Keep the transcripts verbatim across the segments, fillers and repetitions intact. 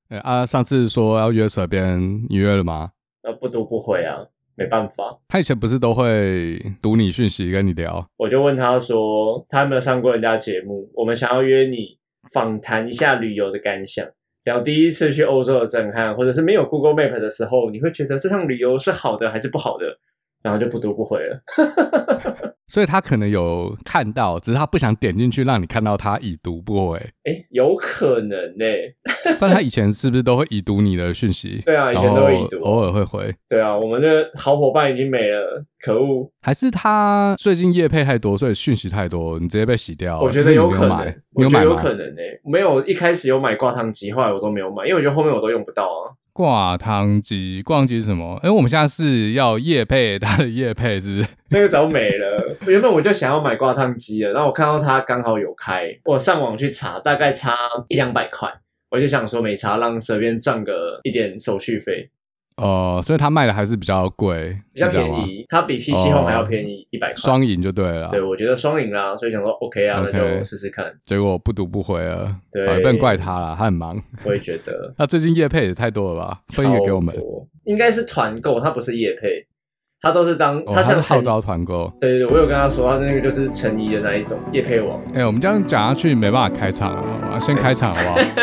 欸、啊，上次说要约舍编，你约了吗？ 呃，不读不回啊，没办法。 他以前不是都会读你讯息跟你聊？ 我就问他说，他有没有上过人家节目？我们想要约你访谈一下旅游的感想，聊第一次去欧洲的震撼，或者是没有 Google Map 的时候，你会觉得这趟旅游是好的还是不好的？然后就不读不回了。 所以他可能有看到，只是他不想点进去让你看到他已读不回。 诶，有可能欸。 但他以前是不是都会已读你的讯息？ 对啊，以前都会已读， 偶尔会回。对啊，我们的好伙伴已经没了，可恶。 还是他最近业配太多，所以讯息太多，你直接被洗掉了？ 我觉得有可能， 你有买？ 我觉得有可能欸。没有，一开始有买挂烫机，后来我都没有买，因为我觉得后面我都用不到啊。 挂汤机，挂汤机是什么？哎，我们现在是要业配他的业配，是不是？ 那个早没了。原本我就想要买挂烫机了，然后我看到它刚好有开，我上网去查，大概差一两百块，我就想说没差，让舍编赚个一点手续费。 哦、呃，所以它卖的还是比较贵， 比较便宜，它比 P C Home 还要便宜一百块， 双赢就对了。 对，我觉得双赢啦，所以想说 OK 啊， okay, 那就试试看。 结果不读不回了， 对， 啊、不能怪他啦，他很忙。 我也觉得。 他最近业配也太多了吧？分一个给我们， 应该是团购，他不是业配，他都是当、哦、 他像号召团购。 对对对，我有跟他说，他那个就是陈怡的那一种业配王。 哎、欸，我们这样讲下去没办法开场了，先开场好不好？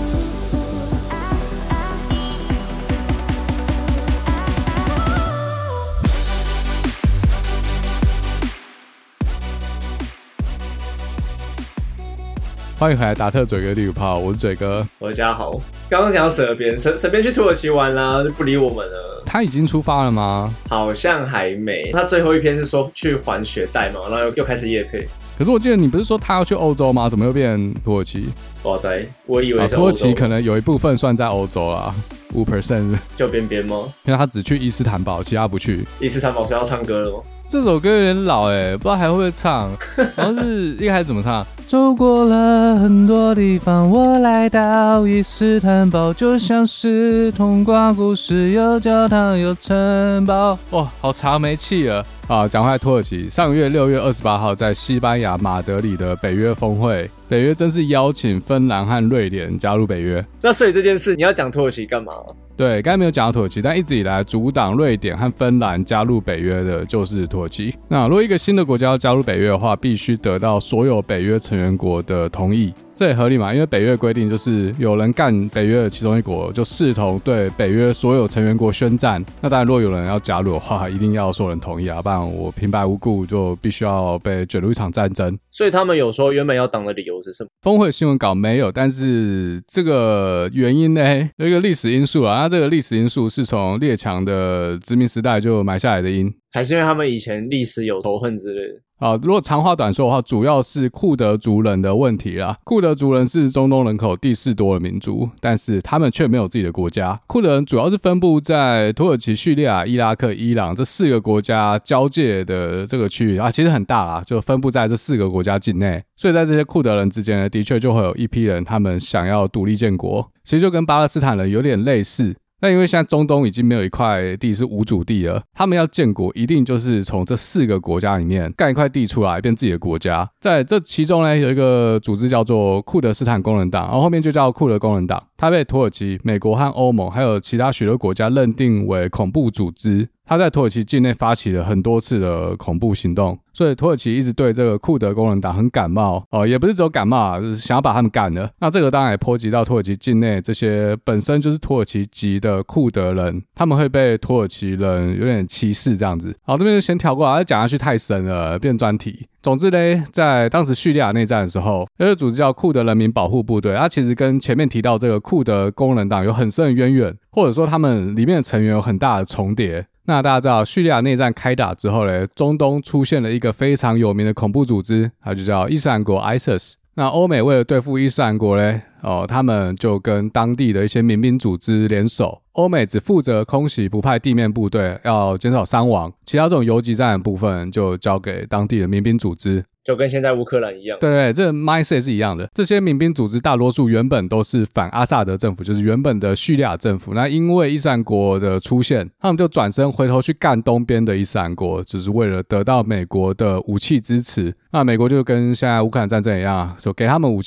欢迎回来达特嘴哥第五炮，我是嘴哥， 我是嘉豪。刚刚讲到舍编，舍舍编去土耳其玩啦，就不理我们了。 他已经出发了吗？ 好像还没。他最后一篇是说去还雪带嘛，然后 又, 又开始业配。 可是我记得你不是说他要去欧洲吗？怎么又变土耳其？ 哇塞，我以为是欧洲、啊、 土耳其可能有一部分算在欧洲啦， 百分之五就边边吗？ 因为他只去伊斯坦堡，其他不去。 伊斯坦堡是要唱歌了吗？ 这首歌有点老哎，不知道还会不会唱。然后是一开始怎么唱？走过了很多地方，我来到伊斯坦堡，就像是童话故事，有教堂有城堡。哇，好长没气了啊！讲回来土耳其，上个月六月二十八号在西班牙马德里的北约峰会，北约正式邀请芬兰和瑞典加入北约。 那所以这件事你要讲土耳其干嘛？ 对，刚才没有讲到土耳其，但一直以来阻挡瑞典和芬兰加入北约的就是土耳其。那如果一个新的国家要加入北约的话，必须得到所有北约成员国的同意。这也合理嘛？因为北约规定就是有人干北约的其中一国，就视同对北约所有成员国宣战。那当然，如果有人要加入的话，一定要所有人同意啊，不然我平白无故就必须要被卷入一场战争。 所以他们有说原本要挡的理由是什么？ 峰会新闻稿没有，但是这个原因呢，有一个历史因素啊。那这个历史因素是从列强的殖民时代就埋下来的因， 还是因为他们以前历史有仇恨之类的？ 啊，如果长话短说的话，主要是库德族人的问题啦。库德族人是中东人口第四多的民族，但是他们却没有自己的国家。库德人主要是分布在土耳其、叙利亚、伊拉克、伊朗这四个国家交界的这个区域啊，其实很大啦，就分布在这四个国家境内。所以在这些库德人之间呢，的确就会有一批人，他们想要独立建国，其实就跟巴勒斯坦人有点类似。那因为现在中东已经没有一块地是无主地了，他们要建国一定就是从这四个国家里面干一块地出来变自己的国家。在这其中呢，有一个组织叫做库德斯坦工人党，然后后面就叫库德工人党，它被土耳其、美国和欧盟还有其他许多国家认定为恐怖组织。他在土耳其境内发起了很多次的恐怖行动，所以土耳其一直对这个库德工人党很感冒哦，也不是只有感冒啊，就是想要把他们干了。那这个当然也波及到土耳其境内这些本身就是土耳其籍的库德人，他们会被土耳其人有点歧视这样子。好，这边就先跳过来，讲下去太深了，变专题。总之呢，在当时叙利亚内战的时候，有一个组织叫库德人民保护部队，它其实跟前面提到这个库德工人党有很深的渊源，或者说他们里面的成员有很大的重叠。那大家知道叙利亚内战开打之后呢，中东出现了一个非常有名的恐怖组织，它就叫伊斯兰国 I S I S。 那欧美为了对付伊斯兰国呢，哦，他们就跟当地的一些民兵组织联手，欧美只负责空袭不派地面部队，要减少伤亡，其他这种游击战的部分就交给当地的民兵组织， 就跟现在乌克兰一样。 对对，这个 mindset 是一样的。这些民兵组织大多数原本都是反阿萨德政府，就是原本的叙利亚政府。那因为伊斯兰国的出现，他们就转身回头去干东边的伊斯兰国，就是为了得到美国的武器支持。那美国就跟现在乌克兰战争一样，就给他们武器，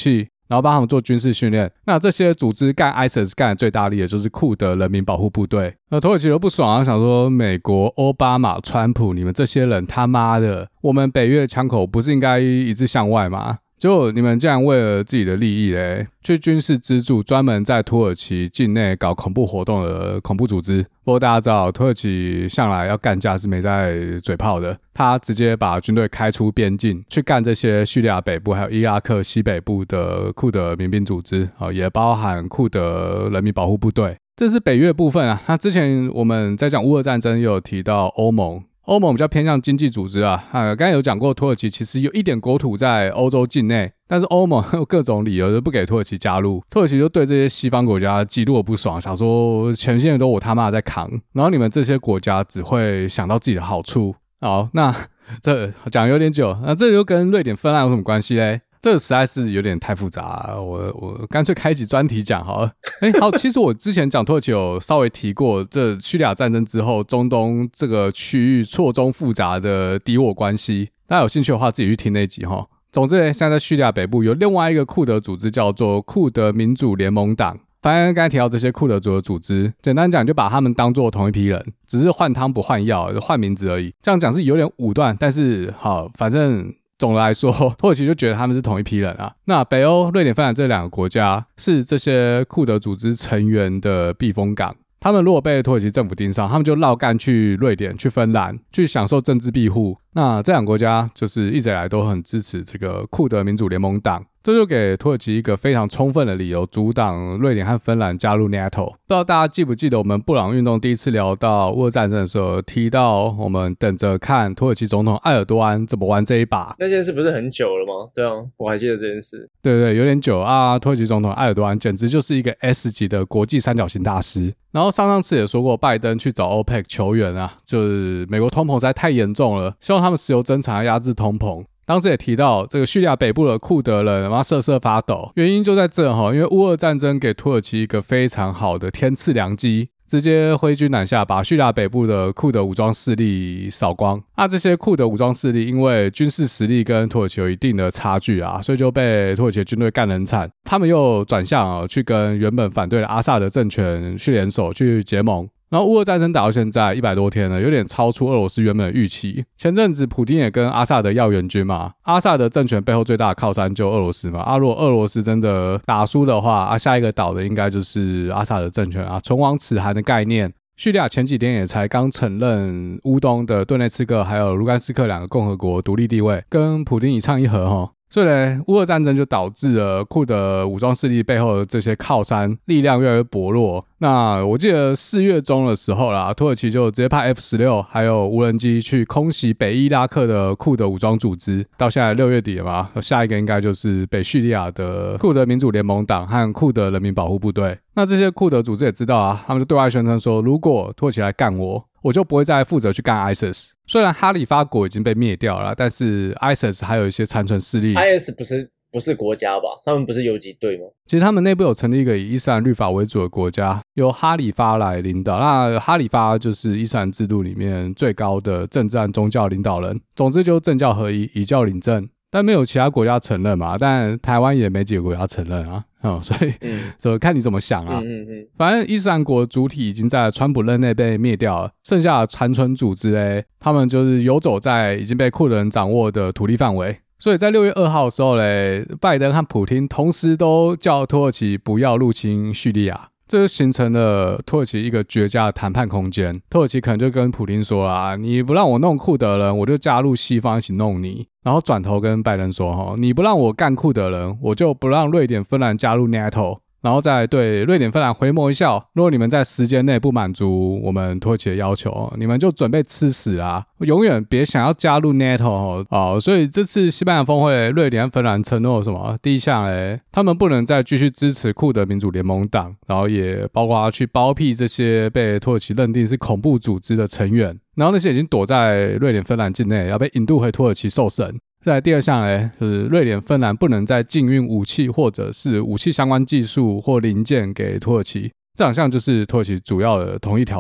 然后帮他们做军事训练。那这些组织干 I S I S 干的最大力的就是库德人民保护部队。那土耳其都不爽啊，想说美国、奥巴马、川普，你们这些人他妈的，我们北约枪口不是应该一致向外吗？结果你们竟然为了自己的利益嘞，去军事资助专门在土耳其境内搞恐怖活动的恐怖组织。不过大家知道，土耳其向来要干架是没在嘴炮的，他直接把军队开出边境，去干这些叙利亚北部还有伊拉克西北部的库德民兵组织，也包含库德人民保护部队。这是北约部分啊。那之前我们在讲乌俄战争也有提到欧盟。欧盟比较偏向经济组织啊，啊，刚才有讲过，土耳其其实有一点国土在欧洲境内，但是欧盟有各种理由就不给土耳其加入，土耳其就对这些西方国家极度的不爽，想说全世界都我他妈在扛，然后你们这些国家只会想到自己的好处。好，那这讲有点久，那这就跟瑞典、芬兰有什么关系嘞？这个实在是有点太复杂了，我我干脆开集专题讲好了。哎，好，其实我之前讲土耳其有稍微提过，这叙利亚战争之后，中东这个区域错综复杂的敌我关系，大家有兴趣的话自己去听那集哈。总之呢，现在在叙利亚北部有另外一个库德组织叫做库德民主联盟党。反正刚才提到这些库德族的组织，简单讲就把他们当作同一批人，只是换汤不换药，换名字而已。这样讲是有点武断，但是好，反正总的来说，土耳其就觉得他们是同一批人啊。那北欧、瑞典、芬兰这两个国家是这些库德组织成员的避风港。他们如果被土耳其政府盯上，他们就绕干去瑞典、去芬兰，去享受政治庇护。那这两个国家就是一直以来都很支持这个库德民主联盟党，这就给土耳其一个非常充分的理由，阻挡瑞典和芬兰加入 NATO。不知道大家记不记得我们布朗运动第一次聊到乌俄战争的时候，提到我们等着看土耳其总统埃尔多安怎么玩这一把。 那件事不是很久了吗？对啊，我还记得这件事。 对对，有点久啊。土耳其总统埃尔多安简直就是一个 S 级的国际三角形大师。然后上上次也说过，拜登去找 OPEC 求援啊，就是美国通膨实在太严重了，希望他们石油增产要压制通膨。当时也提到这个叙利亚北部的库德人然后瑟瑟发抖，原因就在这齁，因为乌俄战争给土耳其一个非常好的天赐良机，直接挥军南下，把叙利亚北部的库德武装势力扫光。那、啊、这些库德武装势力因为军事实力跟土耳其有一定的差距啊，所以就被土耳其的军队干得很惨。他们又转向、啊、去跟原本反对的阿萨德政权去联手去结盟。然后乌俄战争打到现在一百多天了，有点超出俄罗斯原本的预期。前阵子普丁也跟阿萨德要援军嘛，阿萨德政权背后最大的靠山就俄罗斯嘛。啊，如果俄罗斯真的打输的话，啊，下一个倒的应该就是阿萨德政权啊，唇亡齿寒的概念。叙利亚前几天也才刚承认乌东的顿内茨克还有卢甘斯克两个共和国独立地位，跟普丁一唱一和齁。所以呢，乌俄战争就导致了库德武装势力背后的这些靠山力量越来越薄弱。那我记得四月中的时候啦，土耳其就直接派 F 十六 还有无人机去空袭北伊拉克的库德武装组织。到现在六月底了嘛，下一个应该就是北叙利亚的库德民主联盟党和库德人民保护部队。那这些库德组织也知道啊，他们就对外宣称说，如果土耳其来干我，我就不会再负责去干 I S I S。 虽然哈里发国已经被灭掉了，但是 I S I S 还有一些残存势力。 I S 不是不是国家吧？他们不是游击队吗？ 其实他们内部有成立一个以伊斯兰律法为主的国家，由哈里发来领导。那哈里发就是伊斯兰制度里面最高的政治和宗教领导人，总之就是政教合一，以教领政。但没有其他国家承认嘛，但台湾也没几个国家承认啊，嗯、所以、嗯、所以看你怎么想啊。嗯嗯嗯，反正伊斯兰国主体已经在川普任内被灭掉了，剩下的残存组织嘞，他们就是游走在已经被库德人掌握的土地范围。所以在六月二号的时候嘞，拜登和普丁同时都叫土耳其不要入侵叙利亚。这就形成了土耳其一个绝佳的谈判空间。土耳其可能就跟普丁说啦，你不让我弄库德人，我就加入西方一起弄你。然后转头跟拜登说，你不让我干库德人，我就不让瑞典、芬兰加入 NATO。然后再对瑞典、芬兰回眸一笑，如果你们在时间内不满足我们土耳其的要求，你们就准备吃屎啊！永远别想要加入 NATO 哦。所以这次西班牙峰会，瑞典和芬兰承诺什么？第一项嘞，他们不能再继续支持库德民主联盟党，然后也包括去包庇这些被土耳其认定是恐怖组织的成员，然后那些已经躲在瑞典、芬兰境内，要被引渡回土耳其受审。再来第二项呢，就是瑞典、芬兰不能再禁运武器或者是武器相关技术或零件给土耳其。这两项就是土耳其主要的同意条件。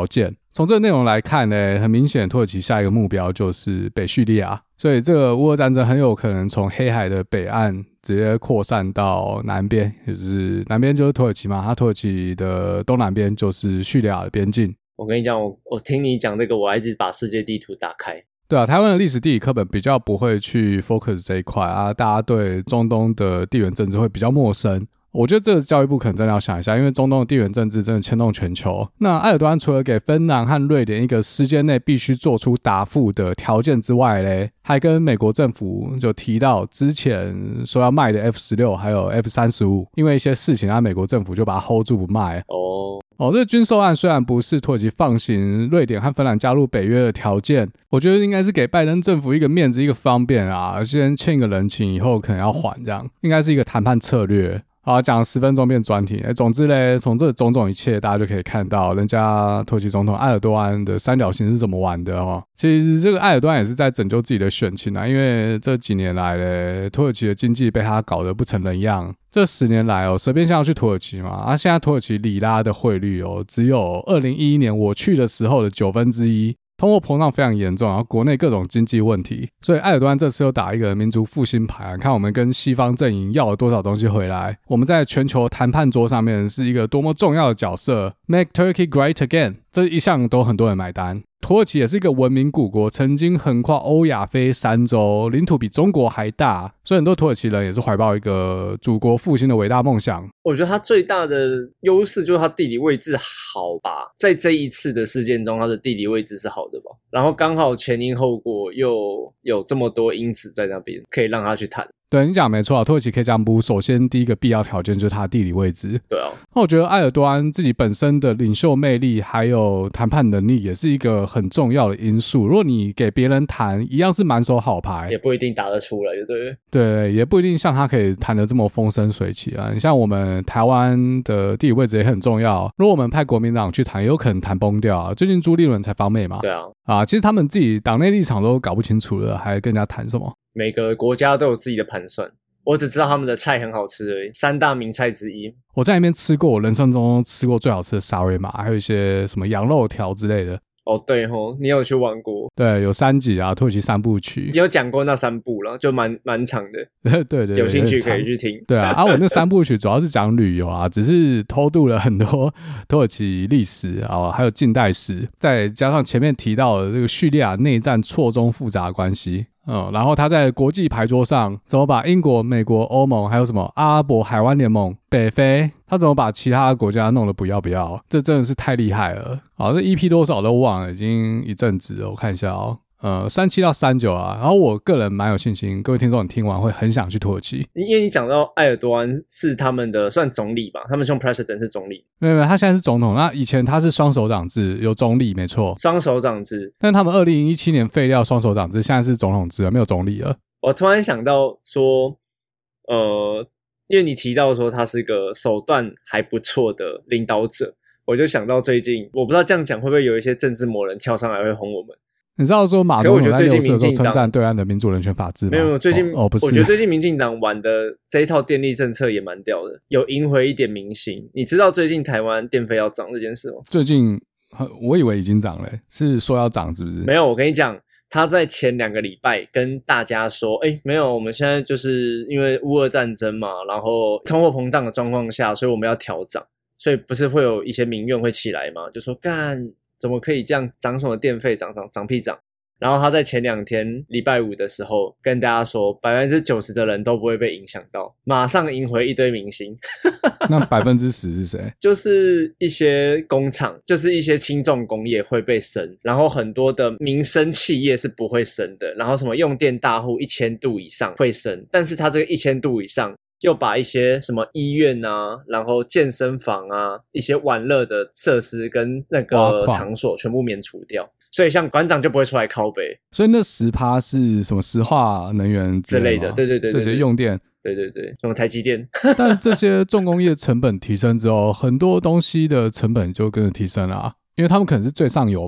从这个内容来看呢，很明显土耳其下一个目标就是北叙利亚，所以这个乌俄战争很有可能从黑海的北岸直接扩散到南边，也就是南边就是土耳其嘛，它土耳其的东南边就是叙利亚的边境。 我跟你讲，我我听你讲这个，我还一直把世界地图打开。 对啊，台湾的历史地理课本比较不会去 focus 这一块啊，大家对中东的地缘政治会比较陌生。我觉得这个教育部可能真的要想一下，因为中东的地缘政治真的牵动全球。那埃尔多安除了给芬兰和瑞典一个时间内必须做出答复的条件之外咧，还跟美国政府就提到之前说要卖的 F 十六 还有 F 三十五，因为一些事情啊，美国政府就把它 hold 住不卖。 哦哦，这个军售案虽然不是土耳其放行瑞典和芬兰加入北约的条件，我觉得应该是给拜登政府一个面子一个方便啊，先欠一个人情，以后可能要还，这样应该是一个谈判策略。好，讲了十分钟变专题。欸、总之咧，从这种种一切，大家就可以看到人家土耳其总统埃尔多安的三角形是怎么玩的哦。其实这个埃尔多安也是在拯救自己的选情啊，因为这几年来咧，土耳其的经济被他搞得不成人样。这十年来哦，随便想要去土耳其嘛，啊，现在土耳其里拉的汇率哦，只有二零一一年我去的时候的九分之一。通货膨胀非常严重，然后国内各种经济问题，所以埃尔多安这次又打一个民族复兴牌，看我们跟西方阵营要了多少东西回来。我们在全球谈判桌上面是一个多么重要的角色 ，Make Turkey Great Again， 这一向都很多人买单。土耳其也是一个文明古国，曾经横跨欧亚非三洲，领土比中国还大，所以很多土耳其人也是怀抱一个祖国复兴的伟大梦想。 我觉得它最大的优势就是它地理位置好吧，在这一次的事件中，它的地理位置是好的吧，然后刚好前因后果又有这么多因子在那边，可以让他去谈。 对，你讲没错啊，土耳其可以这样补。首先第一个必要条件就是它的地理位置。 对啊， 那我觉得埃尔多安自己本身的领袖魅力还有谈判能力也是一个很重要的因素。如果你给别人谈一样是满手好牌， 也不一定打得出来，对不对？ 对，也不一定像他可以谈得这么风生水起啊。你像我们台湾的地理位置也很重要，如果我们派国民党去谈，也有可能谈崩掉啊。最近朱立伦才访美嘛， 对啊， 啊，其实他们自己党内立场都搞不清楚了，还跟人家谈什么？ 每个国家都有自己的盘算。我只知道他们的菜很好吃而已，三大名菜之一。 我在那边吃过，我人生中吃过最好吃的沙瑞玛，还有一些什么羊肉条之类的。 哦，对吼，你有去玩过？ 对，有三集啊，土耳其三部曲。 你有讲过那三部了，就蛮蛮长的。 对对 对, 对， 有兴趣可以去听。 对啊，啊，我那三部曲主要是讲旅游啊，只是偷渡了很多土耳其历史啊，还有近代史，再加上前面提到的这个叙利亚内战错综复杂的关系。嗯，然后他在国际牌桌上怎么把英国、美国、欧盟还有什么阿拉伯海湾联盟、北非，他怎么把其他国家弄得不要不要，这真的是太厉害了。好，这 E P 多少都忘了，已经一阵子了，我看一下哦。呃，三七到三九啊，然后我个人蛮有信心，各位听众你听完会很想去土耳其， 因为你讲到埃尔多安是他们的算总理吧，他们用 president 是总理， 没有没有，他现在是总统，那以前他是双手掌制，有总理没错， 双手掌制， 但他们二零一七年废掉双手掌制，现在是总统制了，没有总理了。 我突然想到说，呃，因为你提到说他是个手段还不错的领导者，我就想到最近，我不知道这样讲会不会有一些政治魔人跳上来会轰我们。 你知道说马总统在六四的时候称赞对岸的民主人权法治吗？ 没有，最近、 哦哦、不是， 我觉得最近民进党玩的这一套电力政策也蛮屌的，有赢回一点民心。你知道最近台湾电费要涨这件事吗？ 最近我以为已经涨了，是说要涨是不是？ 没有，我跟你讲，他在前两个礼拜跟大家说，哎，没有，我们现在就是因为乌俄战争嘛，然后通货膨胀的状况下，所以我们要调涨，所以不是会有一些民怨会起来吗？就说干。怎么可以这样涨什么电费涨涨涨屁涨？然后他在前两天礼拜五的时候跟大家说 百分之九十 的人都不会被影响到，马上赢回一堆明星。 那 百分之十 是谁？ 就是一些工厂，就是一些轻重工业会被升，然后很多的民生企业是不会升的，然后什么用电大户一千度以上会升，但是他这个一千度以上又把一些什么医院啊，然后健身房啊，一些玩乐的设施跟那个场所全部免除掉，所以像馆长就不会出来靠北。 所以那 百分之十 是什么石化能源之类的，对对 对, 对, 对， 这些用电， 对对对，什么台积电。 但这些重工业成本提升之后，很多东西的成本就跟着提升了啊，因为他们可能是最上游嘛。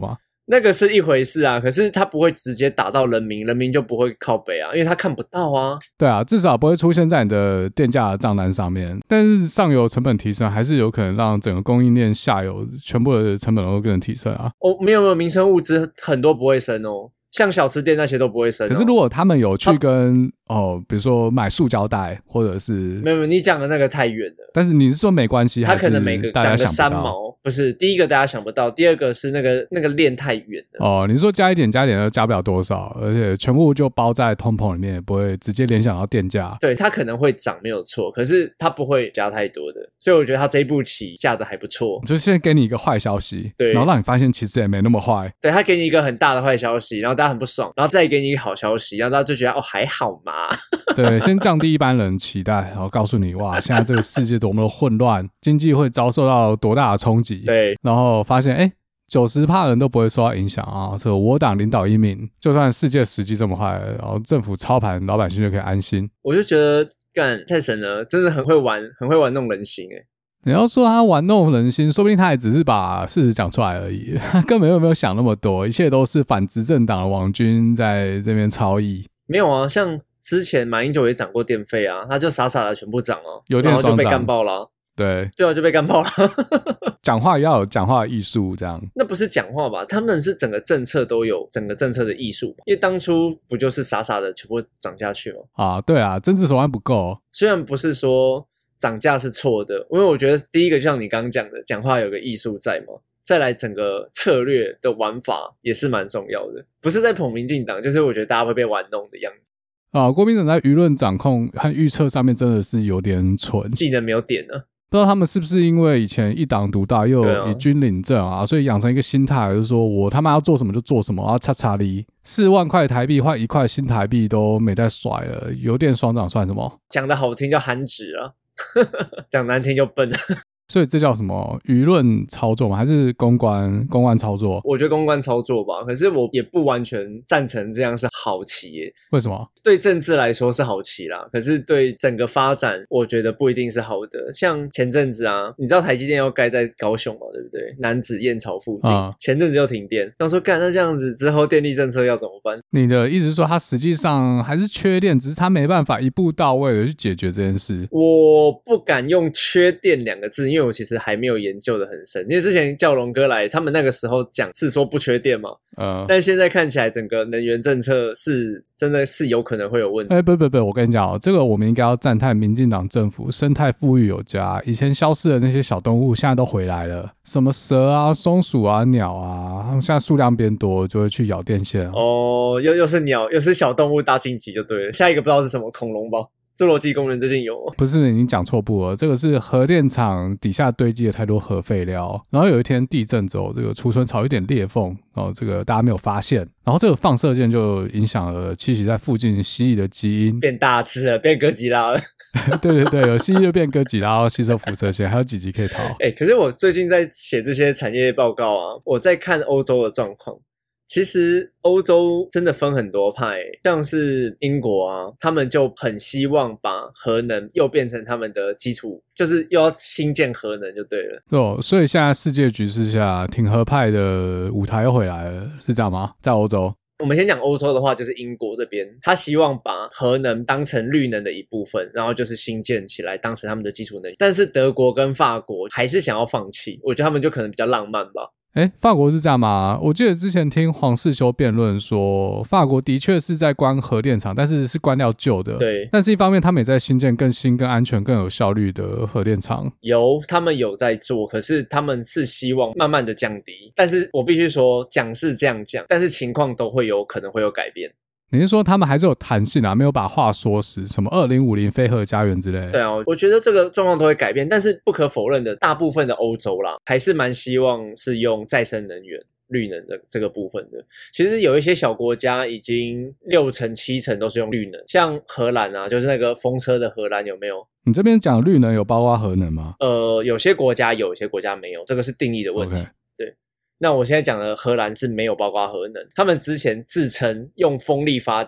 那个是一回事啊，可是它不会直接打到人民，人民就不会靠北啊，因为它看不到啊。 对啊，至少不会出现在你的电价的账单上面。但是上游成本提升，还是有可能让整个供应链下游全部的成本都跟着提升啊。 哦，没有没有，民生物资很多不会升哦。像小吃店那些都不会升、哦。 可是如果他们有去跟哦，比如说买塑胶袋，或者是没有没有，你讲的那个太远了。 但是你是说没关系， 他可能每个大家讲个三毛，不是第一个大家想不到，第二个是那个那个链太远了。 哦，你说加一点加一点都加不了多少，而且全部就包在通膨里面，也不会直接联想到电价。 对，它可能会涨没有错，可是它不会加太多的，所以我觉得它这一步棋下的还不错。 就先给你一个坏消息， 对， 然后让你发现其实也没那么坏。 对，他给你一个很大的坏消息，然后大家很不爽，然后再给你一个好消息，然后大家就觉得哦还好嘛。 对，先降低一般人期待，然后告诉你哇，现在这个世界多么的混乱，经济会遭受到多大的冲击。 对， 然后发现哎。九十趴人都不会受到影响啊！这个我党领导一名，就算世界时机这么坏，然后政府操盘，老百姓就可以安心。 我就觉得干太神了，真的很会玩，很会玩弄人心哎。 你要说他玩弄人心，说不定他也只是把事实讲出来而已，他根本就没有想那么多，一切都是反执政党的网军在这边操议。 没有啊，像之前马英九也涨过电费啊，他就傻傻的全部涨啊， 有点然后就被干爆了、啊。 对对啊，就被干爆了。 讲话要有讲话的艺术，这样那不是讲话吧？他们是整个政策都有整个政策的艺术吧？因为当初不就是傻傻的全部涨下去吗？ 啊，对啊，政治手腕不够。 虽然不是说涨价是错的，因为我觉得第一个像你刚刚讲的，讲话有个艺术在嘛。再来整个策略的玩法也是蛮重要的，不是在捧民进党，就是我觉得大家会被玩弄的样子。 啊，国民党在舆论掌控和预测上面真的是有点蠢， 技能没有点呢。 不知道他们是不是因为以前一党独大，又以军领政 啊, 啊，所以养成一个心态，就是说我他妈要做什么就做什么，要叉叉哩，四万块台币换一块新台币都没在甩了，油电双涨算什么？ 讲的好听叫憨直啊，讲难听就笨。 所以这叫什么舆论操作吗？还是公关公关操作？ 我觉得公关操作吧，可是我也不完全赞成这样是好棋耶。 为什么？ 对政治来说是好棋啦，可是对整个发展我觉得不一定是好的。像前阵子啊，你知道台积电要盖在高雄嘛，对不对？楠梓燕巢附近、嗯、前阵子就停电，然后说干那这样子之后电力政策要怎么办？ 你的意思是说它实际上还是缺电，只是它没办法一步到位的去解决这件事？ 我不敢用缺电两个字，因为我其实还没有研究的很深，因为之前叫龙哥来他们那个时候讲是说不缺电嘛，嗯，但现在看起来整个能源政策是真的是有可能会有问题。 哎、欸，不不不，我跟你讲哦，这个我们应该要赞叹民进党政府生态富裕有加，以前消失的那些小动物现在都回来了，什么蛇啊、松鼠啊、鸟啊，他们现在数量变多，就会去咬电线。 哦，又又是鸟，又是小动物大晋级就对了，下一个不知道是什么恐龙吧。侏罗纪公园最近有， 不是你讲错步了，这个是核电厂底下堆积了太多核废料，然后有一天地震之后，这个储存槽有点裂缝，然后这个大家没有发现，然后这个放射线就影响了栖息在附近蜥蜴的基因， 变大只了，变哥吉拉了。 对对对，有蜥蜴就变哥吉拉，然后吸收辐射线，还有几集可以逃。 哎、欸，可是我最近在写这些产业报告啊，我在看欧洲的状况。其实欧洲真的分很多派，像是英国啊，他们就很希望把核能又变成他们的基础，就是又要新建核能就对了。 哦，所以现在世界局势下，挺核派的舞台又回来了，是这样吗？在欧洲？ 我们先讲欧洲的话，就是英国这边，他希望把核能当成绿能的一部分，然后就是新建起来，当成他们的基础能源。但是德国跟法国还是想要放弃，我觉得他们就可能比较浪漫吧。 诶，法国是这样吗？我记得之前听黄世修辩论说，法国的确是在关核电厂，但是是关掉旧的。 对， 但是一方面他们也在新建更新、更安全、更有效率的核电厂。 有，他们有在做，可是他们是希望慢慢的降低。但是我必须说，讲是这样讲，但是情况都会有可能会有改变。 你是说他们还是有弹性啊，没有把话说死，什么二零五零非核家园之类的？ 对啊，我觉得这个状况都会改变，但是不可否认的，大部分的欧洲啦，还是蛮希望是用再生能源、绿能这这个部分的。其实有一些小国家已经六成、七成都是用绿能，像荷兰啊，就是那个风车的荷兰有没有？ 你这边讲绿能有包括核能吗？ 呃，有些国家有，有些国家没有，这个是定义的问题。Okay.那我现在讲的荷兰是没有包括核能，他们之前自称用风力发电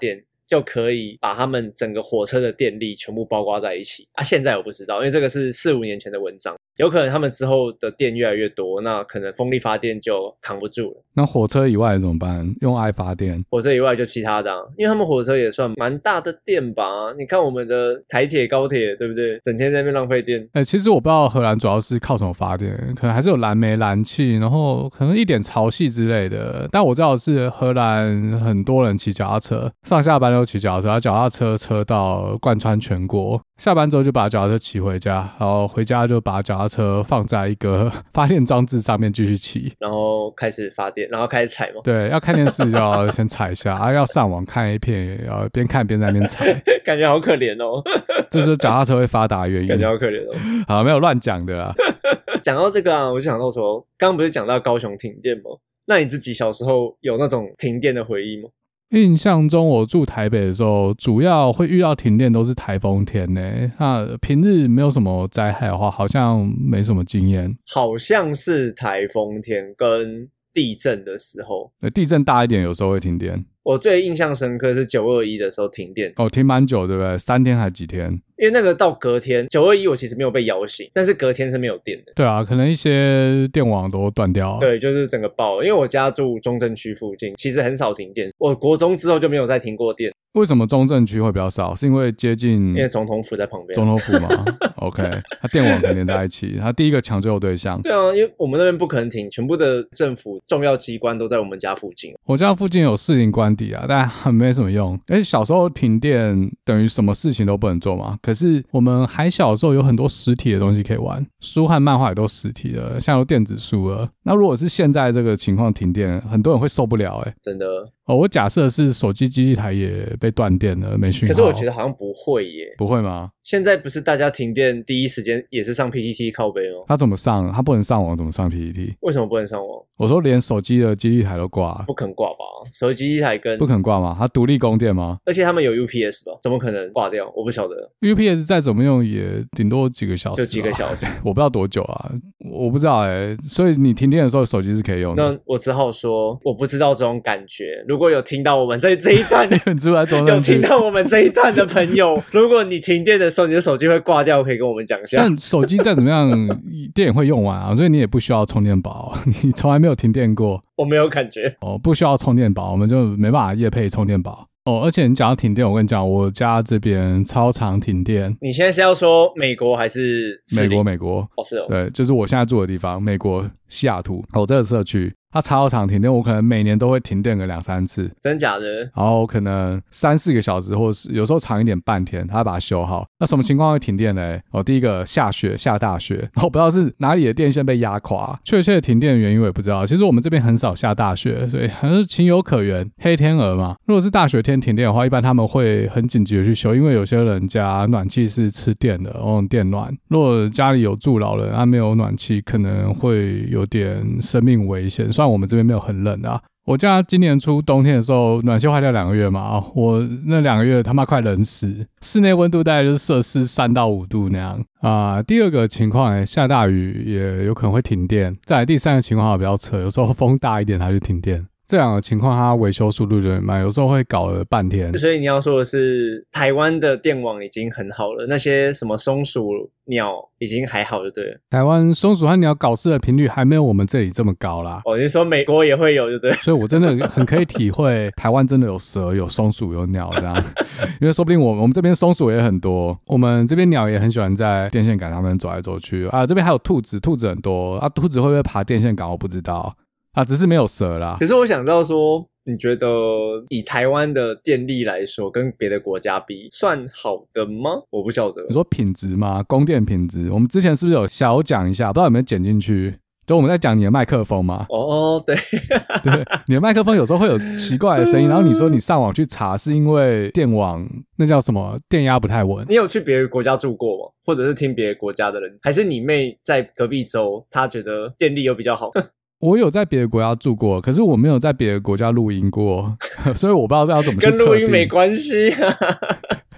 就可以把他们整个火车的电力全部包括在一起啊。现在我不知道，因为这个是四五年前的文章，有可能他们之后的电越来越多，那可能风力发电就扛不住了。 那火车以外怎么办？用爱发电？ 火车以外就其他的、啊，因为他们火车也算蛮大的电吧。你看我们的台铁、高铁，对不对？整天在那边浪费电。 哎、欸，其实我不知道荷兰主要是靠什么发电，可能还是有燃煤、燃气，然后可能一点潮汐之类的。但我知道是荷兰很多人骑脚踏车，上下班都骑脚踏车，脚踏车车道贯穿全国。下班之后就把脚踏车骑回家，然后回家就把脚踏车放在一个发电装置上面继续骑， 然后开始发电，然后开始踩嘛。 对，要看电视就要先踩一下，啊，要上网看 A 片也要边看边在那边踩， 感觉好可怜哦。 这就是脚踏车会发达的原因， 感觉好可怜哦。 好，没有乱讲的啦。 讲到这个啊，我就想到说，刚刚不是讲到高雄停电吗？那你自己小时候有那种停电的回忆吗？ 印象中我住台北的时候，主要会遇到停电都是台风天呢。那平日没有什么灾害的话，好像没什么经验。 好像是台风天跟地震的时候， 地震大一点有时候会停电。 我最印象深刻是九二一的时候停电， 哦，停蛮久对不对？三天还几天？ 因为那个到隔天九二一我其实没有被摇醒，但是隔天是没有电的。 对啊，可能一些电网都断掉了。 对，就是整个爆了。因为我家住中正区附近，其实很少停电。我国中之后就没有再停过电。 为什么中正区会比较少？是因为接近因为总统府在旁边。 总统府嘛OK， 它电网可能连在一起，它第一个抢救对象。 对啊，因为我们那边不可能停，全部的政府重要机关都在我们家附近。 我家附近有士林官邸啊，但很没什么用。而且小时候停电等于什么事情都不能做嘛。可是我们还小的时候有很多实体的东西可以玩，书和漫画也都实体的，像有电子书了。那如果是现在这个情况停电，很多人会受不了哎、欸。 真的。 哦，我假设是手机基地台也被断电了，没讯号。 可是我觉得好像不会耶。 不会吗？ 现在不是大家停电第一时间也是上 P T T 靠北吗？ 他怎么上？他不能上网，怎么上 P T T？ 为什么不能上网？ 我说连手机的基地台都挂， 不肯挂吧？手机基地台跟不肯挂吗？它独立供电吗？ 而且他们有 U P S 吧？怎么可能挂掉？我不晓得。 U P S 再怎么用也顶多几个小时， 就几个小时， 我不知道多久啊，我不知道哎、欸。所以你停电的时候，手机是可以用的。 那我只好说，我不知道这种感觉。如果有听到我们在这一段住在中有听到我们这一段的朋友，如果你停电的时候，你的手机会挂掉，可以跟我们讲一下。 但手机再怎么样，电也会用完啊，所以你也不需要充电宝，你从来没有停电过。 我没有感觉哦，不需要充电宝，我们就没办法业配充电宝。哦，而且你讲到停电，我跟你讲，我家这边超常停电。 你现在是要说美国还是美国？美国哦，是哦， 对，就是我现在住的地方，美国西雅图。哦，这个社区它超常停电，我可能每年都会停电个两三次。 真假的？ 然后可能三四个小时，或是有时候长一点半天，它把它修好。那什么情况会停电呢？哦，第一个下雪，下大雪，然后不知道是哪里的电线被压垮，确切的停电的原因我也不知道。其实我们这边很少下大雪，所以还是情有可原。黑天鹅嘛，如果是大雪天停电的话，一般他们会很紧急的去修，因为有些人家暖气是吃电的，哦，电暖。如果家里有住老人，他没有暖气，可能会有点生命危险。虽然我们这边没有很冷啊。我家今年初冬天的时候，暖气坏掉两个月嘛，我那两个月他妈快冷死，室内温度大概就是摄氏三到五度那样啊、呃。第二个情况呢，下大雨也有可能会停电。再来第三个情况比较扯，有时候风大一点它就停电。这两个情况它维修速度就很慢，有时候会搞了半天。 所以你要说的是，台湾的电网已经很好了，那些什么松鼠、鸟已经还好就对了。 台湾松鼠和鸟搞事的频率还没有我们这里这么高啦。 哦，你说美国也会有就对了。 所以我真的很可以体会台湾真的有蛇、有松鼠、有鸟这样，因为说不定我们我们这边松鼠也很多，我们这边鸟也很喜欢在电线杆上面走来走去啊。这边还有兔子，兔子很多啊，兔子会不会爬电线杆我不知道。啊，只是没有蛇啦。 可是我想知道说，你觉得以台湾的电力来说，跟别的国家比，算好的吗？我不晓得。 你说品质吗？供电品质，我们之前是不是有小讲一下？不知道有没有剪进去？就我们在讲你的麦克风嘛。 哦，对， 对，你的麦克风有时候会有奇怪的声音，然后你说你上网去查，是因为电网那叫什么电压不太稳。 你有去别的国家住过吗？或者是听别的国家的人，还是你妹在隔壁州，她觉得电力又比较好？ 我有在别的国家住过，可是我没有在别的国家录音过，所以我不知道这要怎么去测定。 跟录音没关系啊。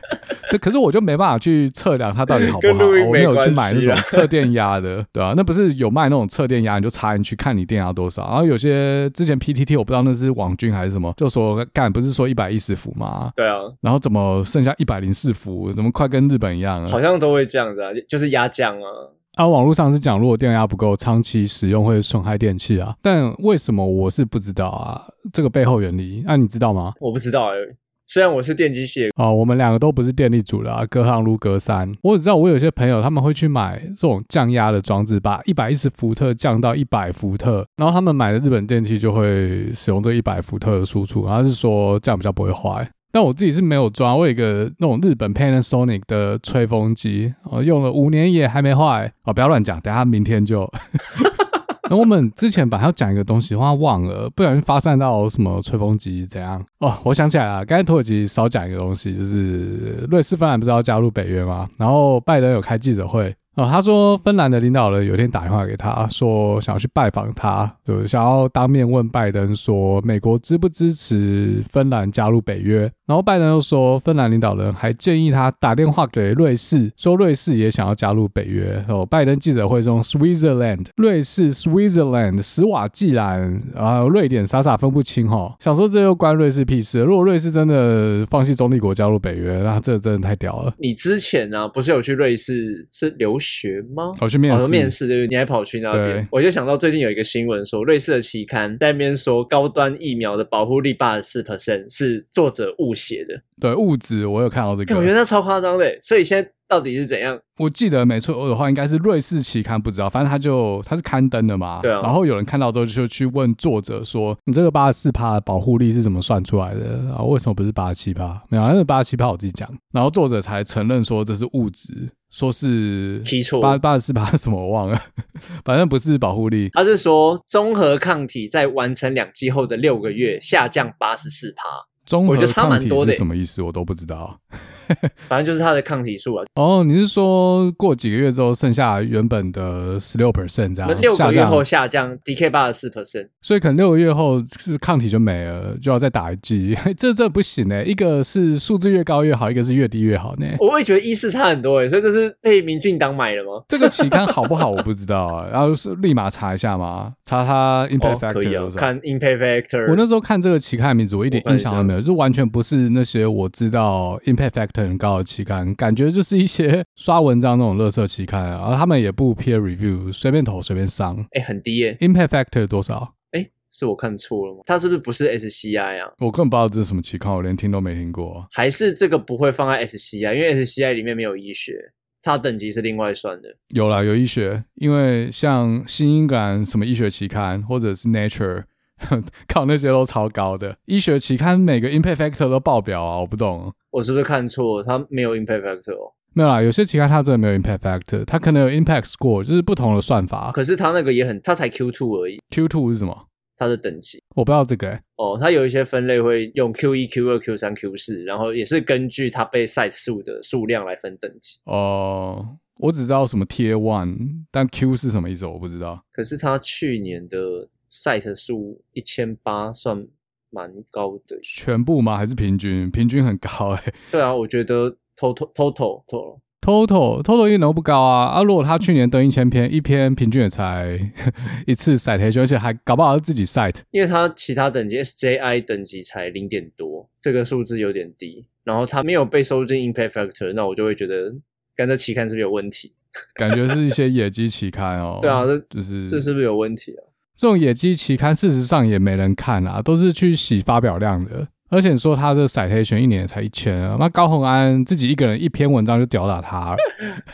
对，可是我就没办法去测量它到底好不好， 跟录音我没有去没关系啊买那种测电压的，对啊，那不是有卖那种测电压，你就插进去看你电压多少。然后有些之前 P T T 我不知道那是网军还是什么，就说干不是说一百一十伏吗？ 对啊， 然后怎么剩下一百零四伏，怎么快跟日本一样了？ 好像都会这样子啊，就是压降啊。 啊，网络上是讲，如果电压不够，长期使用会损害电器啊。但为什么我是不知道啊？这个背后原理，啊，你知道吗？ 我不知道哎、欸，虽然我是电机系哦，我们两个都不是电力组的啊，隔行如隔山。我只知道我有些朋友他们会去买这种降压的装置，把一百一十伏特降到一百伏特，然后他们买的日本电器就会使用这一百伏特的输出，然后是说这样比较不会坏。但我自己是没有装，我有一个那种日本 Panasonic 的吹风机，哦，用了五年也还没坏。哦，不要乱讲，等一下明天就。那我们之前本来要讲一个东西，我忘了，不小心发散到什么吹风机怎样？哦，我想起来了，刚才土耳其少讲一个东西，就是瑞士、芬兰不是要加入北约吗？然后拜登有开记者会。哦，他说芬兰的领导人有一天打电话给他，说想要去拜访他，就想要当面问拜登说美国支不支持芬兰加入北约。然后拜登又说，芬兰领导人还建议他打电话给瑞士，说瑞士也想要加入北约。哦，拜登记者会中 Switzerland 瑞士 Switzerland 史瓦济兰啊，瑞典傻傻分不清哦，想说这又关瑞士屁事。如果瑞士真的放弃中立国加入北约，那这真的太屌了。 你之前呢、啊，不是有去瑞士是留学吗？ 我去面试， 哦、面试对不对？你还跑去那边，我就想到最近有一个新闻说，瑞士的期刊在那边说高端疫苗的保护力 百分之八十四 是作者误写的。 对，误指我有看到这个， 我觉得那超夸张的，所以现在到底是怎样？ 我记得没错的话，应该是瑞士期刊，不知道，反正他就他是刊登的嘛。 对啊。 然后有人看到之后就去问作者说：“你这个 百分之八十四 的保护力是怎么算出来的？然后为什么不是 百分之八十七？” 没有，那个 百分之八十七 我自己讲。然后作者才承认说这是误指，说是提错八八十四趴什么我忘了，反正不是保护力。 他是说综合抗体在完成两剂后的六个月下降 百分之八十四。 综合抗体是什么意思？我都不知道。 反正就是它的抗体数啊。 哦，你是说过几个月之后剩下原本的 百分之十六 这样？ 六个月后下降 D K 百分之八十四， 所以可能六个月后是抗体就没了，就要再打一剂。这这不行欸，一个是数字越高越好，一个是越低越好呢。 我也觉得意思差很多欸，所以这是被民进党买了吗？ 这个期刊好不好我不知道啊，然后是立马查一下嘛，查它 impact factor 哦，可以多少， 啊，看 impact factor。 我那时候看这个期刊的名字，我一点印象都没有，就是完全不是那些我知道 impact factor 很高的期刊，感觉就是一些刷文章那种垃圾期刊啊，然后他们也不 peer review， 随便投随便上。 哎、欸，很低耶。 impact factor 多少？ 哎、欸，是我看错了吗？它是不是不是 S C I 啊？ 我根本不知道这是什么期刊，我连听都没听过。 还是这个不会放在 S C I， 因为 S C I 里面没有医学，它等级是另外算的。 有啦，有医学，因为像新英格兰什么医学期刊或者是 Nature， 靠那些都超高的。医学期刊每个 impact factor 都爆表啊，我不懂。 我是不是看错？它没有 impact factor 哦。 没有啦，有些期刊它真的没有 impact factor， 它可能有 impact score， 就是不同的算法。 可是它那个也很，它才 Q 二 而已。 Q 二 是什么？ 它的等级我不知道这个、欸、 哦，它有一些分类会用 Q 一、Q 二、Q 三、Q 四，然后也是根据它被 cite 数的数量来分等级。 哦、呃，我只知道什么 Tier one， 但 Q 是什么意思我不知道。 可是它去年的 cite 数一千八算蛮高的。 全部吗？还是平均？平均很高哎、欸。 对啊，我觉得 total total total total total 一点都不高啊！啊，如果他去年登一千篇，一篇平均也才一次 citation， 而且还搞不好是自己 cite， 因为他其他等级 S J I 等级才零点多，这个数字有点低，然后他没有被收进 impact factor， 那我就会觉得，干这期刊是不是有问题？ 感觉是一些野鸡期刊哦。 对啊，这就是这是不是有问题啊？ 这种野鸡期刊事实上也没人看啊，都是去洗发表量的。而且说他这 citation 一年才一千啊，那高虹安自己一个人一篇文章就吊打他了。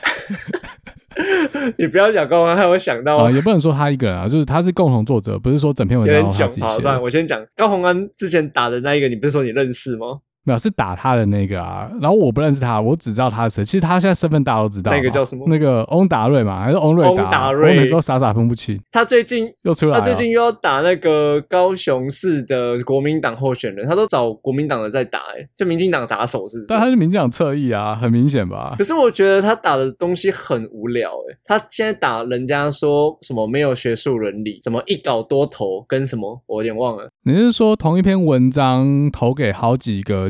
你不要讲高虹安，害我想到、 啊、也不能说他一个人啊，就是他是共同作者，不是说整篇文章都他自己写的。 好，算了，我先讲高虹安之前打的那一个，你不是说你认识吗？ 没有，是打他的那个啊，然后我不认识他，我只知道他是谁。其实他现在身份大家都知道。 那个叫什么？ 那个翁达瑞嘛，还是翁瑞达？ 翁达瑞， 我每次都傻傻分不清。 他最近又出来了， 他最近又要打那个高雄市的国民党候选人，他都找国民党的在打、欸，哎，就民进党打手是不是？ 但他是民进党侧翼啊，很明显吧？ 可是我觉得他打的东西很无聊、欸，哎，他现在打人家说什么没有学术伦理，什么一稿多投跟什么，我有点忘了。 你是说同一篇文章投给好几个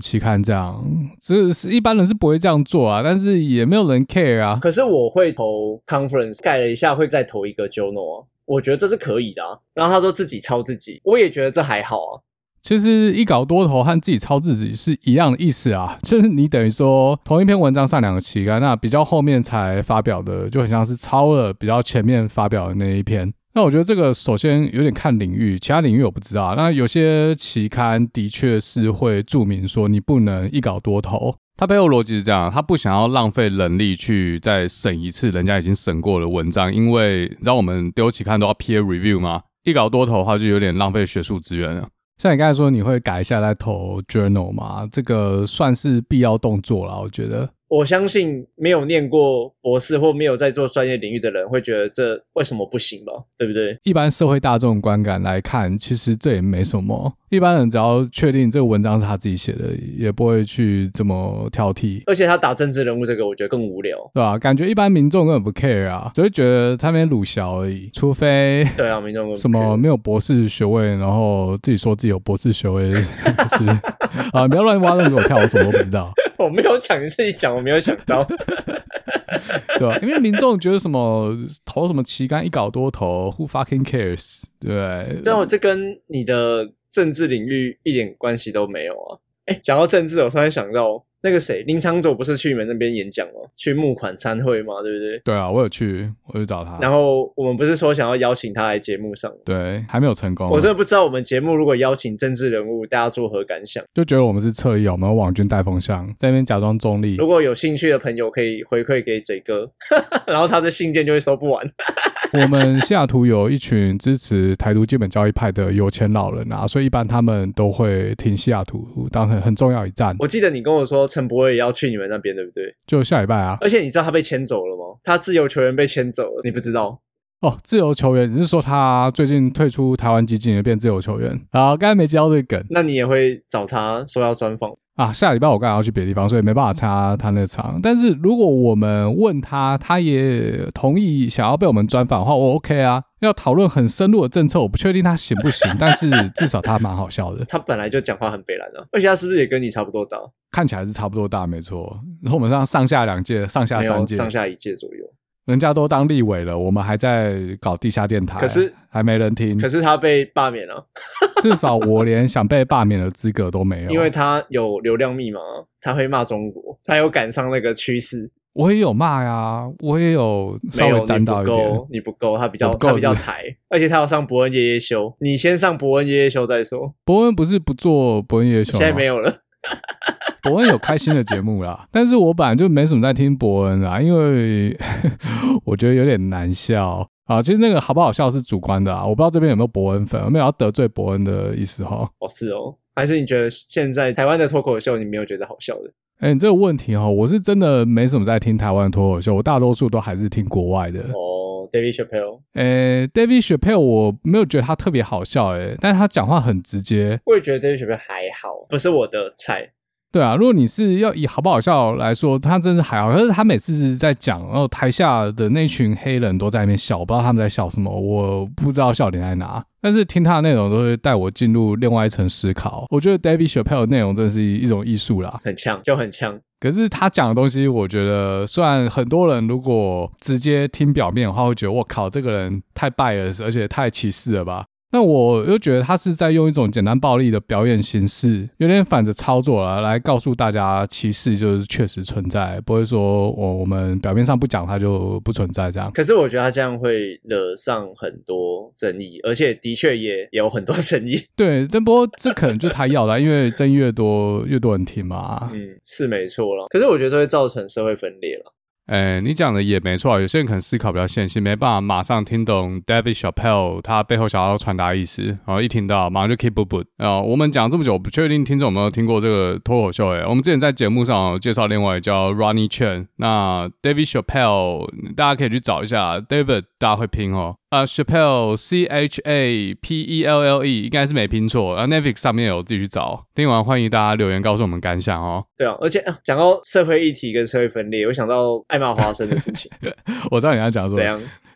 期刊这样，这是一般人是不会这样做啊，但是也没有人 care 啊。 可是我会投 conference， 改了一下会再投一个 journal 啊，我觉得这是可以的啊。然后他说自己抄自己，我也觉得这还好啊。 其实一稿多投和自己抄自己是一样的意思啊，就是你等于说同一篇文章上两个期刊，那比较后面才发表的就很像是抄了比较前面发表的那一篇。那我觉得这个首先有点看领域，其他领域我不知道。那有些期刊的确是会注明说你不能一稿多投，它背后逻辑是这样，他不想要浪费人力去再审一次人家已经审过的文章，因为你知道我们丢期刊都要 peer review 吗？一稿多投的话就有点浪费学术资源了。像你刚才说你会改一下再投 journal 嘛，这个算是必要动作啦，我觉得。 我相信没有念过博士或没有在做专业领域的人会觉得这为什么不行吧，对不对？ 一般社会大众观感来看，其实这也没什么。一般人只要确定这个文章是他自己写的，也不会去这么挑剔。 而且他打政治人物这个我觉得更无聊， 对吧？感觉一般民众根本不 care 啊，只会觉得他们鲁小而已，除非对啊，民众根本不 care 什么没有博士学位，然后自己说自己有博士学位是啊，不要乱挖洞给我跳，我什么都不知道。 我没有讲，你自己讲，我没有想到。 对吧？因为民众觉得什么投什么期刊一稿多投 ，Who fucking cares？ 对， 但我这跟你的政治领域一点关系都没有啊。哎，讲到政治，我突然想到那个谁，林昶佐不是去你们那边演讲吗？去募款参会嘛，对不对？ 对啊，我有去，我去找他。 然后我们不是说想要邀请他来节目上？ 对，还没有成功。 我真的不知道我们节目如果邀请政治人物，大家作何感想？ 就觉得我们是侧翼，我们网军带风向，在那边假装中立。 如果有兴趣的朋友可以回馈给嘴哥，然后他的信件就会收不完。 我们西雅图有一群支持台独基本教义派的有钱老人啊，所以一般他们都会听西雅图当成很重要一站。 我记得你跟我说陈柏惟也要去你们那边，对不对？ 就下礼拜啊。 而且你知道他被牵走了吗？他自由球员被牵走了，你不知道？ 哦，自由球员，你是说他最近退出台湾基金也变自由球员？好，刚才没接到这个梗。 那你也会找他说要专访啊？下礼拜我刚才要去别的地方，所以没办法参加他那场。但是如果我们问他，他也同意想要被我们专访的话，我 OK 啊。要讨论很深入的政策，我不确定他行不行，但是至少他蛮好笑的。 他本来就讲话很北蓝啊，而且他是不是也跟你差不多大？ 看起来是差不多大，没错。然后我们上上下两届，上下三届， 上下一届左右。 人家都当立委了，我们还在搞地下电台， 可是还没人听。 可是他被罢免了， 至少我连想被罢免的资格都没有， 因为他有流量密码，他会骂中国，他有赶上那个趋势。 我也有骂呀，我也有稍微沾到一点。 你不够，你不够，他比较他比较台，而且他要上伯恩夜夜秀，你先上伯恩夜夜秀再说。 伯恩不是不做伯恩夜夜秀吗？ 现在没有了。 伯恩有开新的节目啦，但是我本来就没什么在听伯恩啦，因为我觉得有点难笑啊。其实那个好不好笑是主观的啊，我不知道这边有没有伯恩粉，有没有要得罪伯恩的意思哈？ 哦，是哦，还是你觉得现在台湾的脱口秀你没有觉得好笑的？ 哎、欸，你这个问题哈，我是真的没什么在听台湾的脱口秀，我大多数都还是听国外的。 哦 ，David Chappelle， 哎、欸、，David Chappelle 我没有觉得他特别好笑，哎，但是他讲话很直接。 我也觉得 David Chappelle 还好，不是我的菜。 对啊，如果你是要以好不好笑来说，他真是还好。可是他每次是在讲，然后台下的那群黑人都在那边笑，我不知道他们在笑什么，我不知道笑点在哪。但是听他的内容都会带我进入另外一层思考。我觉得 David Chappelle 的内容真的是一种艺术啦， 很呛，就很呛。 可是他讲的东西，我觉得虽然很多人如果直接听表面的话，会觉得我靠，这个人太bias，而且太歧视了吧。那我又觉得他是在用一种简单暴力的表演形式，有点反着操作了，来告诉大家歧视就是确实存在，不会说我我们表面上不讲它就不存在这样。 可是我觉得他这样会惹上很多争议，而且的确也有很多争议。 对，但不过这可能就是他要的，因为争议越多越多人听嘛。 嗯，是没错啦。可是我觉得这会造成社会分裂了。 诶，你讲的也没错，有些人可能思考比较线性，没办法马上听懂 David Chappelle 他背后想要传达意思，然后一听到马上就 keep up up。呃，我们讲这么久，不确定听众有没有听过这个脱口秀。诶，我们之前在节目上有介绍另外叫 Ronnie Chen， 那 David Chappelle 大家可以去找一下 ，David 大家会拼哦。啊 ，Chappelle C H A P E L L E 应该是没拼错，然后 Netflix 上面有自己去找。听完欢迎大家留言告诉我们感想哦。 对啊，而且讲、啊、到社会议题跟社会分裂，我想到爱骂花生的事情。 我知道你要讲说， 怎样？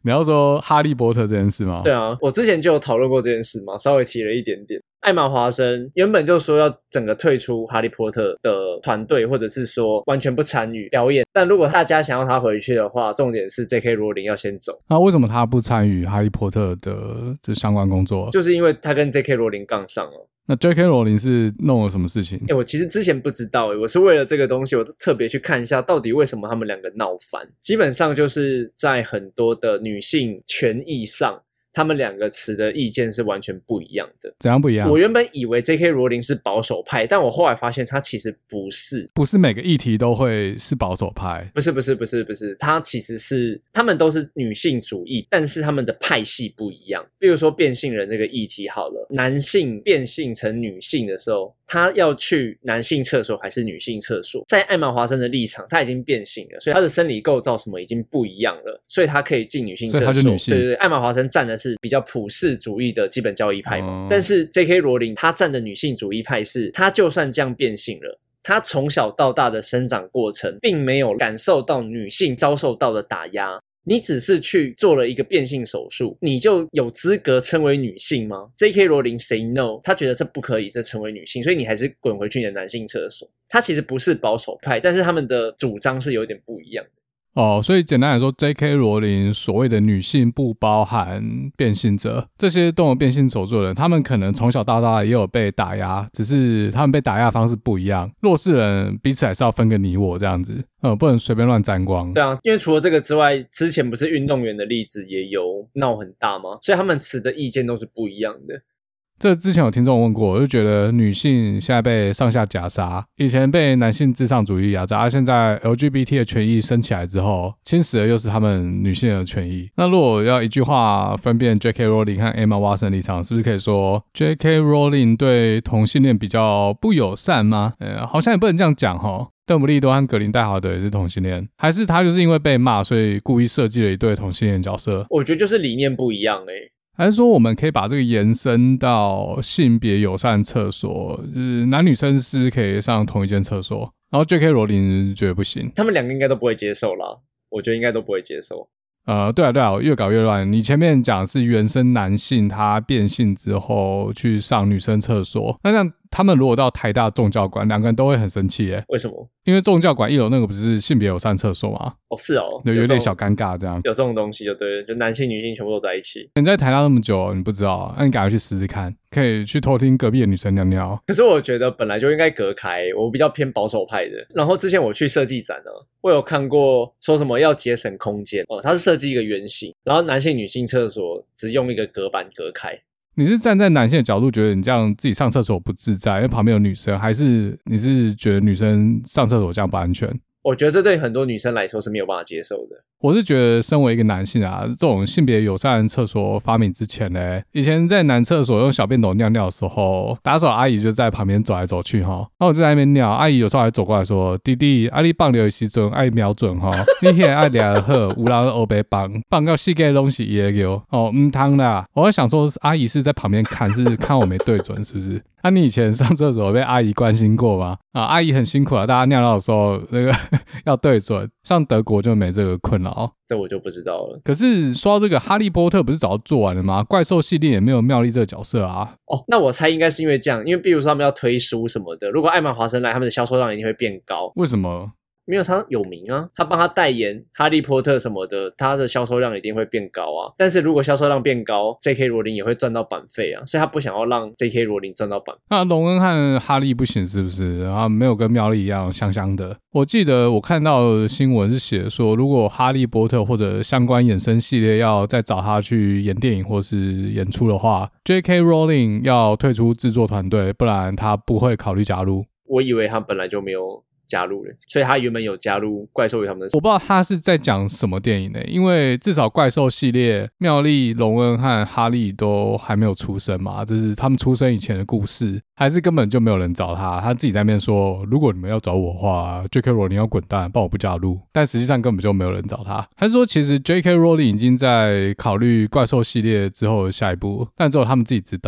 你要说哈利波特这件事吗？ 对啊，我之前就有讨论过这件事嘛，稍微提了一点点。艾玛华森原本就说要整个退出哈利波特的团队，或者是说完全不参与表演，但如果大家想要他回去的话，重点是 J K 罗琳要先走。 那为什么他不参与哈利波特的就相关工作？ 就是因为他跟 J K 罗琳杠上了。 那 J K 罗琳是弄了什么事情？ 欸，我其实之前不知道，欸，我是为了这个东西我特别去看一下到底为什么他们两个闹翻。基本上就是在很多的女性权益上，他们两个持的意见是完全不一样的。 怎样不一样？ 我原本以为 J K 罗琳是保守派，但我后来发现他其实不是。 不是每个议题都会是保守派。 不是不是不是不是，他其实是他们都是女性主义，但是他们的派系不一样。比如说变性人这个议题好了，男性变性成女性的时候，他要去男性厕所还是女性厕所？在艾玛华森的立场，他已经变性了，所以他的生理构造什么已经不一样了，所以他可以进女性厕所。 所以他是女性。 对对对，艾玛华森站的是比较普世主义的基本教义派嘛，嗯、但是 J K 罗琳他站的女性主义派是，他就算这样变性了，他从小到大的生长过程并没有感受到女性遭受到的打压。你只是去做了一个变性手术，你就有资格称为女性吗？ J K 罗琳 say no， 他觉得这不可以，这成为女性，所以你还是滚回去你的男性厕所。他其实不是保守派，但是他们的主张是有点不一样的。 哦，所以简单来说 J K 罗琳所谓的女性不包含变性者，这些动了变性手术的人，他们可能从小到大也有被打压，只是他们被打压的方式不一样，弱势人彼此还是要分个你我这样子，呃，不能随便乱沾光。 对啊，因为除了这个之外，之前不是运动员的例子也有闹很大吗？所以他们持的意见都是不一样的。 这之前有听众问过，我就觉得女性现在被上下夹杀，以前被男性至上主义压榨，而现在 L G B T 的权益升起来之后，侵蚀的又是他们女性的权益。那如果要一句话分辨 J K 罗琳和 Emma Watson 立场，是不是可以说 J K 罗琳对同性恋比较不友善吗？呃，好像也不能这样讲齁。邓布利多和格林戴华德也是同性恋，还是他就是因为被骂，所以故意设计了一对同性恋角色？ 我觉得就是理念不一样欸。 还是说我们可以把这个延伸到性别友善厕所，就是男女生是不是可以上同一间厕所？然后 J K 罗琳觉得不行， 他们两个应该都不会接受啦，我觉得应该都不会接受。 呃，对啊对啊，越搞越乱。你前面讲是原生男性他变性之后去上女生厕所，那像他们如果到台大众教馆，两个人都会很生气耶。 为什么？ 因为众教馆一楼那个不是性别友善厕所吗？ 哦，是哦， 对，有点小尴尬这样。 有这种东西就对了，就男性女性全部都在一起。 你在台大那么久，你不知道，那你赶快去试试看，可以去偷听隔壁的女生尿尿。 可是我觉得本来就应该隔开，我比较偏保守派的。然后之前我去设计展呢，我有看过说什么要节省空间哦，它是设计一个圆形，然后男性女性厕所只用一个隔板隔开。 你是站在男性的角度觉得你这样自己上厕所不自在，因为旁边有女生，还是你是觉得女生上厕所这样不安全？ 我觉得这对很多女生来说是没有办法接受的。 我是觉得身为一个男性啊，这种性别友善厕所发明之前呢，以前在男厕所用小便斗尿尿的时候，打扫阿姨就在旁边走来走去齁，然后我就在那边尿，阿姨有时候还走过来说，弟弟啊你放尿的时阵爱瞄准齁，你那个爱抓好，有人黑白放放到世界东西也有哦，唔通啦。我在想说阿姨是在旁边看，是看我没对准是不是？那、啊、你以前上厕所被阿姨关心过吗？啊，阿姨很辛苦啊，大家尿尿的时候那个要对准，像德国就没这个困扰。 这我就不知道了。 可是说到这个，哈利波特不是早就做完了吗？怪兽系列也没有妙丽这个角色啊。 哦，那我猜应该是因为这样，因为比如说他们要推书什么的，如果艾玛华森来，他们的销售量一定会变高。 为什么？ 没有他有名啊，他帮他代言哈利波特什么的，他的销售量一定会变高啊。但是如果销售量变高 ，J K 罗琳也会赚到版费啊，所以他不想要让 J K 罗琳赚到版费。 那隆恩和哈利不行是不是？啊，没有跟妙丽一样香香的。我记得我看到新闻是写说，如果哈利波特或者相关衍生系列要再找他去演电影或是演出的话 ，J K 罗琳要退出制作团队，不然他不会考虑加入。 我以为他本来就没有加入了，所以他原本有加入怪兽与他们的。 我不知道他是在讲什么电影呢？因为至少怪兽系列，妙丽、隆恩和哈利都还没有出生嘛，这是他们出生以前的故事，还是根本就没有人找他？他自己在那边说，如果你们要找我的话 ，J K 罗琳要滚蛋，不然我不加入。但实际上根本就没有人找他。还是说，其实 J K 罗琳已经在考虑怪兽系列之后的下一步，但只有他们自己知道。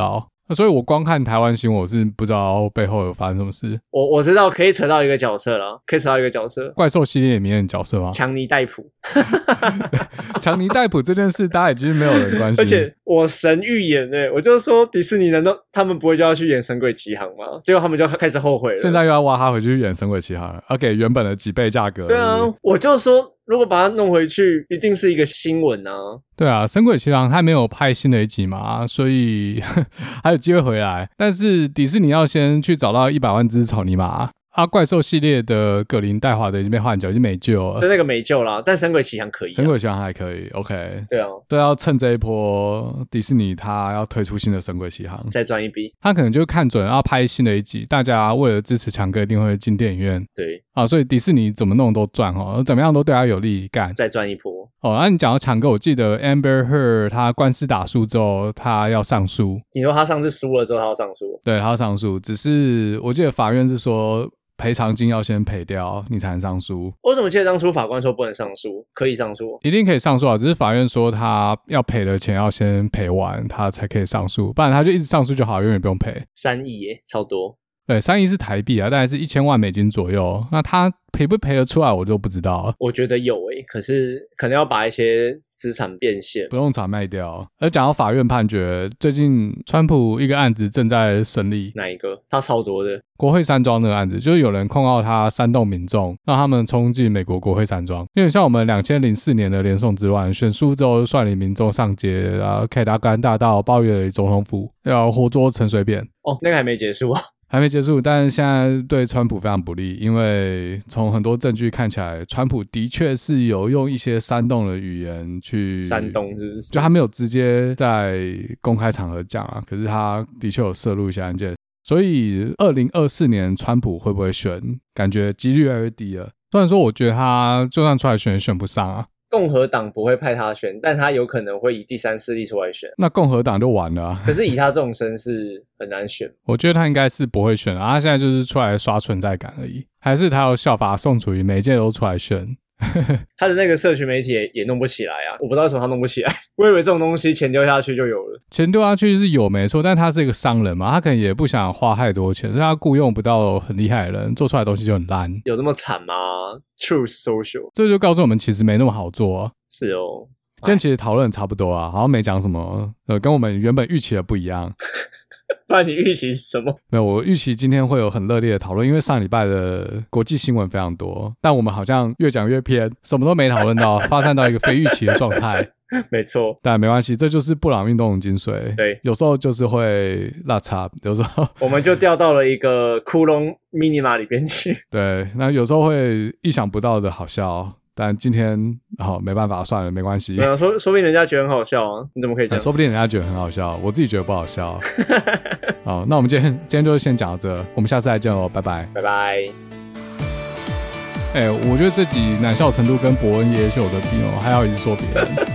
所以我光看台湾新闻，我是不知道背后有发生什么事。 我我知道可以扯到一个角色了，可以扯到一个角色， 怪兽系列里面的角色吗？ 强尼戴普。 强尼戴普这件事，大家已经没有人关心。 而且我神预言诶、欸，我就说迪士尼难道他们不会就要去演《神鬼奇航》吗？结果他们就开始后悔了。 现在又要挖他回去演《神鬼奇航》，要给原本的几倍价格。 对啊，是是我就说如果把它弄回去，一定是一个新闻啊。 对啊，《神鬼奇航》他没有拍新的一集嘛，所以还有机会回来。但是迪士尼要先去找到一百万只草泥马。啊，怪兽系列的葛林戴华德已经被换角，已经没救了。 对，那个没救啦，但神鬼奇航可以、啊。 神鬼奇航还可以 ，OK。 对啊， 都要趁这一波迪士尼他要推出新的神鬼奇航， 再赚一笔。 他可能就看准要拍新的一集，大家为了支持强哥一定会进电影院。 对啊，所以迪士尼怎么弄都赚哦，怎么样都对他有利，干再赚一波。 哦，那、啊、你讲到强哥，我记得 Amber Heard 他官司打输之后，他要上诉。 你说他上次输了之后，他要上诉？ 对，他要上诉，只是我记得法院是说。赔偿金要先赔掉，你才能上诉。 我怎么记得当初法官说不能上诉？可以上诉， 一定可以上诉啊！只是法院说他要赔的钱要先赔完，他才可以上诉，不然他就一直上诉就好，永远不用赔。 三亿耶，超多。 对，三亿是台币啊，大概是一千万美金左右。那他赔不赔得出来，我就不知道了。 我觉得有诶，可是可能要把一些资产变现， 不用转卖掉。而讲到法院判决，最近川普一个案子正在审理。 哪一个？他超多的。 国会山庄那个案子，就是有人控告他煽动民众，让他们冲进美国国会山庄。因为像我们两千零四年的连宋之乱，选输之后率领民众上街，然后凯达格兰大道包围总统府，要活捉陈水扁。 哦，那个还没结束啊。 还没结束，但是现在对川普非常不利，因为从很多证据看起来，川普的确是有用一些煽动的语言去煽动，是不是？ 就他没有直接在公开场合讲啊，可是他的确有涉入一些案件，所以二零二四年川普会不会选，感觉几率越来越低了。虽然说我觉得他就算出来选也选不上啊。 共和党不会派他选，但他有可能会以第三势力出来选。 那共和党就完了啊。 可是以他这种身世很难选。 我觉得他应该是不会选啊，他现在就是出来刷存在感而已。还是他要效法宋楚瑜，每一届都出来选。 他的那个社群媒体 也, 也弄不起来啊，我不知道为什么他弄不起来。我以为这种东西钱丢下去就有了，钱丢下去是有没错，但他是一个商人嘛，他可能也不想花太多钱，所以他雇佣不到很厉害的人，做出来的东西就很烂。 有那么惨吗？ Truth Social 这就告诉我们其实没那么好做啊。 是哦， 今天其实讨论差不多啊，好像没讲什么呃，跟我们原本预期的不一样。 不然你预期什么？ 没有，我预期今天会有很热烈的讨论，因为上礼拜的国际新闻非常多，但我们好像越讲越偏，什么都没讨论到，发散到一个非预期的状态。 没错， 但没关系，这就是布朗运动的精髓。 对， 有时候就是会落差，有时候我们就掉到了一个窟窿 minima 里边去。 对，那有时候会意想不到的好笑。但今天好没办法，算了，没关系。 对啊，说说不定人家觉得很好笑啊，你怎么可以这样？ 说不定人家觉得很好笑，我自己觉得不好笑。好，那我们今天今天就先讲到这，我们下次再见喽，拜拜， 拜拜。 哎、欸，我觉得这集难笑程度跟伯恩夜夜秀的比哦，还要一直说别人。